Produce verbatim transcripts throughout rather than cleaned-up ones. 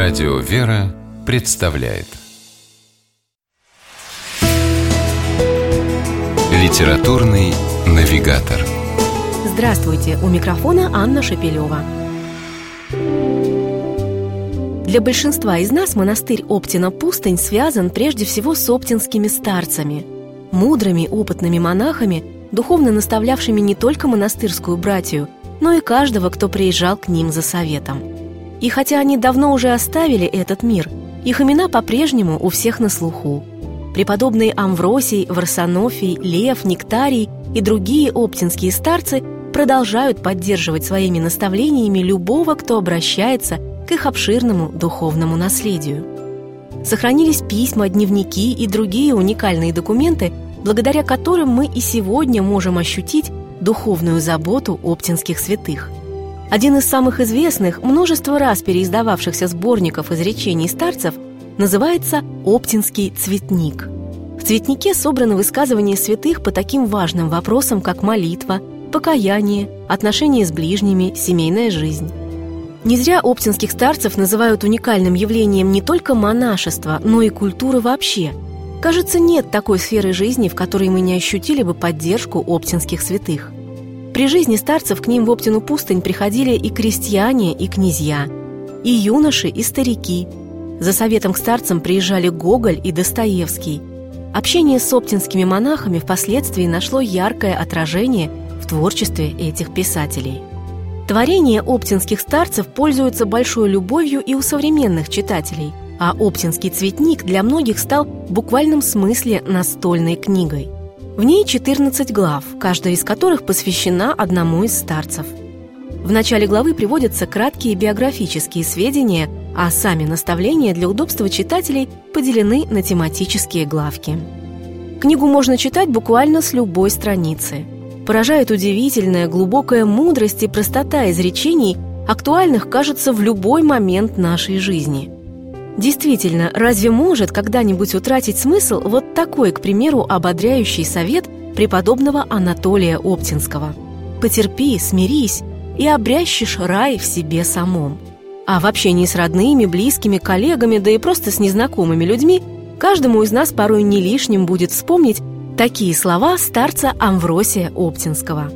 Радио «Вера» представляет Литературный навигатор. Здравствуйте! У микрофона Анна Шепелева. Для большинства из нас монастырь Оптина-Пустынь связан прежде всего с оптинскими старцами, мудрыми, опытными монахами, духовно наставлявшими не только монастырскую братью, но и каждого, кто приезжал к ним за советом. И хотя они давно уже оставили этот мир, их имена по-прежнему у всех на слуху. Преподобные Амвросий, Варсонофий, Лев, Нектарий и другие оптинские старцы продолжают поддерживать своими наставлениями любого, кто обращается к их обширному духовному наследию. Сохранились письма, дневники и другие уникальные документы, благодаря которым мы и сегодня можем ощутить духовную заботу оптинских святых. Один из самых известных, множество раз переиздававшихся сборников изречений старцев называется «Оптинский цветник». В цветнике собраны высказывания святых по таким важным вопросам, как молитва, покаяние, отношения с ближними, семейная жизнь. Не зря оптинских старцев называют уникальным явлением не только монашества, но и культуры вообще. Кажется, нет такой сферы жизни, в которой мы не ощутили бы поддержку оптинских святых. При жизни старцев к ним в Оптину пустынь приходили и крестьяне, и князья, и юноши, и старики. За советом к старцам приезжали Гоголь и Достоевский. Общение с оптинскими монахами впоследствии нашло яркое отражение в творчестве этих писателей. Творения оптинских старцев пользуются большой любовью и у современных читателей, а «Оптинский цветник» для многих стал в буквальном смысле настольной книгой. В ней четырнадцать глав, каждая из которых посвящена одному из старцев. В начале главы приводятся краткие биографические сведения, а сами наставления для удобства читателей поделены на тематические главки. Книгу можно читать буквально с любой страницы. Поражает удивительная, глубокая мудрость и простота изречений, актуальных, кажется, в любой момент нашей жизни. Действительно, разве может когда-нибудь утратить смысл вот такой, к примеру, ободряющий совет преподобного Анатолия Оптинского? «Потерпи, смирись, и обрящешь рай в себе самом». А в общении с родными, близкими, коллегами, да и просто с незнакомыми людьми каждому из нас порой не лишним будет вспомнить такие слова старца Амвросия Оптинского.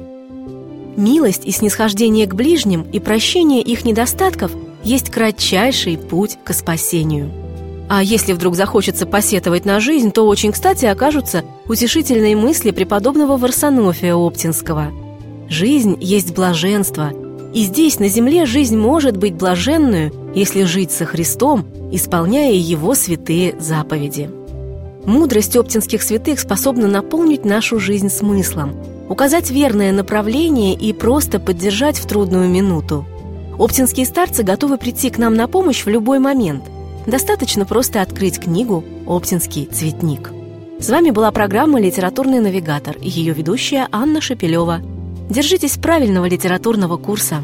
«Милость и снисхождение к ближним и прощение их недостатков есть кратчайший путь к спасению». А если вдруг захочется посетовать на жизнь, то очень кстати окажутся утешительные мысли преподобного Варсонофия Оптинского. «Жизнь есть блаженство, и здесь, на земле, жизнь может быть блаженную, если жить со Христом, исполняя Его святые заповеди». Мудрость оптинских святых способна наполнить нашу жизнь смыслом, указать верное направление и просто поддержать в трудную минуту. Оптинские старцы готовы прийти к нам на помощь в любой момент. Достаточно просто открыть книгу «Оптинский цветник». С вами была программа «Литературный навигатор» и ее ведущая Анна Шепелева. Держитесь правильного литературного курса.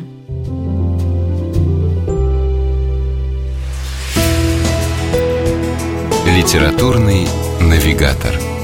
Литературный навигатор.